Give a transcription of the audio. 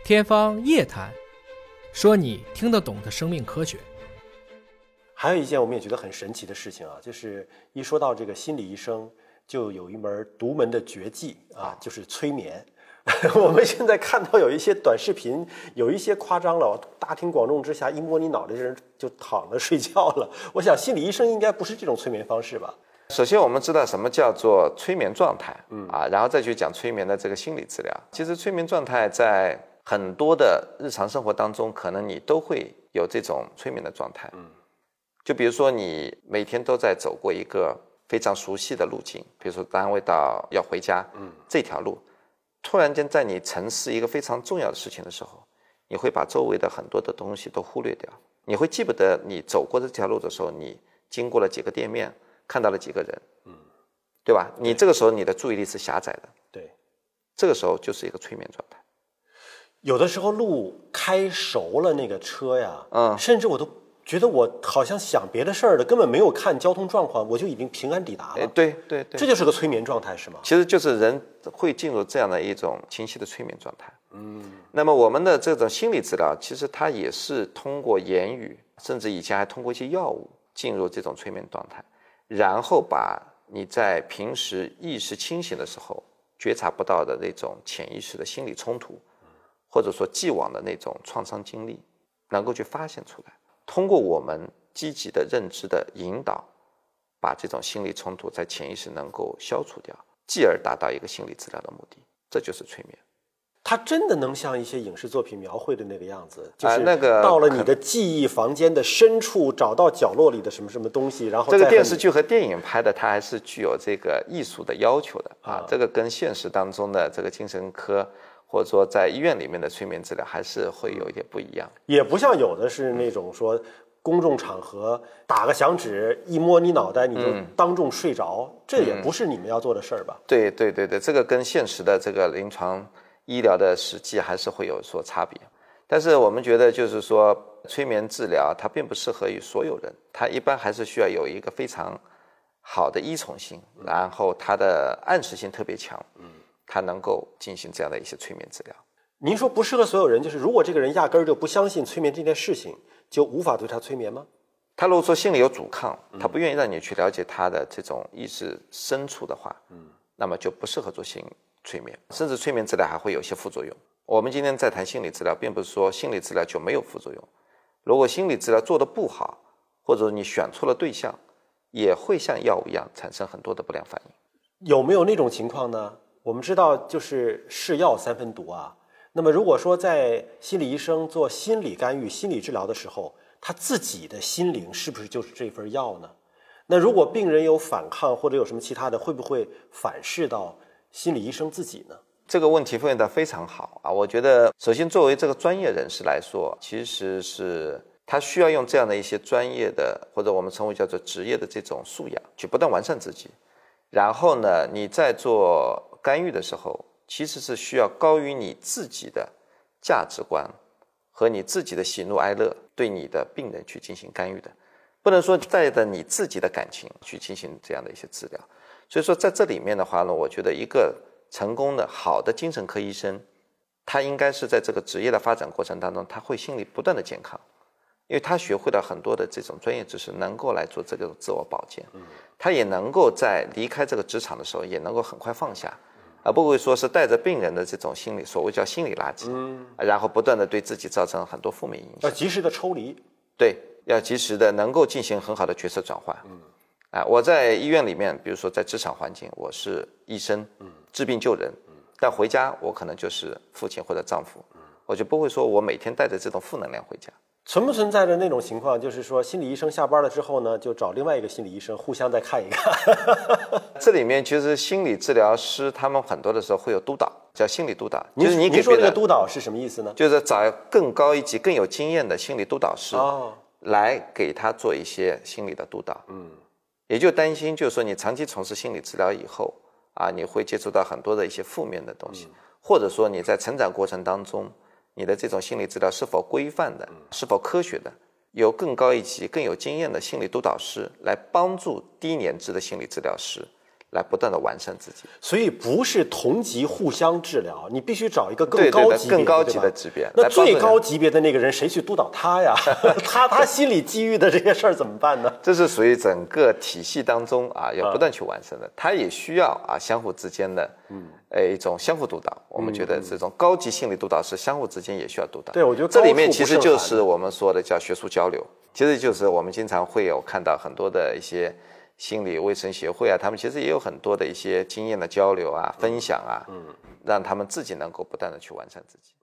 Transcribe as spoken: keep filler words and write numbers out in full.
天方夜谭，说你听得懂的生命科学。 还有一件我们也觉得很神奇的事情啊，就是一说到这个心理医生，就有一门独门的绝技啊，就是催眠。我们现在看到有一些短视频，有一些夸张了，大庭广众之下一摸你脑袋，这人就躺着睡觉了。我想心理医生应该不是这种催眠方式吧？ 首先我们知道什么叫做催眠状态，嗯啊，然后再去讲催眠的这个心理治疗。其实催眠状态在很多的日常生活当中，可能你都会有这种催眠的状态。嗯，就比如说你每天都在走过一个非常熟悉的路径，比如说单位到要回家，嗯，这条路突然间在你沉思一个非常重要的事情的时候，你会把周围的很多的东西都忽略掉，你会记不得你走过这条路的时候，你经过了几个店面，看到了几个人，嗯，对吧？你这个时候你的注意力是狭窄的， 对， 这个时候就是一个催眠状态。 有的时候路开熟了，那个车呀， 嗯， 甚至我都觉得我好像想别的事儿了，根本没有看交通状况，我就已经平安抵达了。 对对对， 这就是个催眠状态，是吗？ 其实就是人会进入这样的一种清晰的催眠状态。嗯，那么我们的这种心理治疗，其实它也是通过言语，甚至以前还通过一些药物进入这种催眠状态，然后把你在平时意识清醒的时候觉察不到的那种潜意识的心理冲突，或者说既往的那种创伤经历，能够去发现出来。通过我们积极的认知的引导，把这种心理冲突在潜意识能够消除掉，继而达到一个心理治疗的目的，这就是催眠。 它真的能像一些影视作品描绘的那个样子，就是那个到了你的记忆房间的深处，找到角落里的什么什么东西，然后这个电视剧和电影拍的，它还是具有这个艺术的要求的啊。 啊这个跟现实当中的这个精神科或者说在医院里面的催眠治疗还是会有一点不一样， 也不像有的是那种说公众场合打个响指，一摸你脑袋你就当众睡着，嗯、这也不是你们要做的事儿吧？ 对对对对，这个跟现实的这个临床医疗的实际还是会有所差别。但是我们觉得就是说催眠治疗它并不适合于所有人，它一般还是需要有一个非常好的依从性，然后它的暗示性特别强，它能够进行这样的一些催眠治疗。 您说不适合所有人，就是如果这个人压根儿就不相信催眠这件事情，就无法对他催眠吗？ 他如果说心里有阻抗，他不愿意让你去了解他的这种意识深处的话，嗯，那么就不适合做心催眠，甚至催眠治疗还会有一些副作用。我们今天在谈心理治疗，并不是说心理治疗就没有副作用，如果心理治疗做得不好，或者你选错了对象，也会像药物一样产生很多的不良反应。 有没有那种情况呢？我们知道就是是药三分毒啊，那么如果说在心理医生做心理干预、心理治疗的时候，他自己的心灵是不是就是这份药呢？那如果病人有反抗或者有什么其他的，会不会反噬到心理医生自己呢？ 这个问题问得非常好啊！我觉得首先作为这个专业人士来说，其实是他需要用这样的一些专业的，或者我们称为叫做职业的这种素养，去不断完善自己。然后呢，你在做干预的时候，其实是需要高于你自己的价值观和你自己的喜怒哀乐，对你的病人去进行干预的，不能说带着你自己的感情去进行这样的一些治疗。所以说在这里面的话呢，我觉得一个成功的好的精神科医生，他应该是在这个职业的发展过程当中，他会心理不断的健康，因为他学会了很多的这种专业知识，能够来做这个自我保健，他也能够在离开这个职场的时候也能够很快放下，而不会说是带着病人的这种心理，所谓叫心理垃圾，嗯，然后不断的对自己造成很多负面影响。 要及时的抽离， 对，要及时的能够进行很好的角色转换。嗯，啊，我在医院里面，比如说在职场环境，我是医生，嗯，治病救人，嗯，但回家我可能就是父亲或者丈夫，嗯，我就不会说我每天带着这种负能量回家。 存不存在着那种情况，就是说心理医生下班了之后呢，就找另外一个心理医生互相再看一看？ 这里面其实心理治疗师他们很多的时候会有督导，叫心理督导。就是你给您说这个督导是什么意思呢？ 就是找更高一级、更有经验的心理督导师，哦，来给他做一些心理的督导。嗯，也就担心，就是说你长期从事心理治疗以后啊，你会接触到很多的一些负面的东西，嗯，或者说你在成长过程当中，你的这种心理治疗是否规范的，是否科学的，由更高一级更有经验的心理督导师来帮助低年资的心理治疗师来不断的完善自己。 所以不是同级互相治疗，你必须找一个更对对高级别的、 更高级的级别。 那最高级别的那个人谁去督导他呀？他他心理机遇的这些事儿怎么办呢？ 这是属于整个体系当中啊，要不断去完善的。他也需要啊相互之间的，嗯，呃一种相互督导。我们觉得这种高级心理督导师相互之间也需要督导。 对，我觉得这里面其实就是我们说的叫学术交流，其实就是我们经常会有看到很多的一些心理卫生协会啊，他们其实也有很多的一些经验的交流啊、分享啊，嗯，让他们自己能够不断的去完善自己。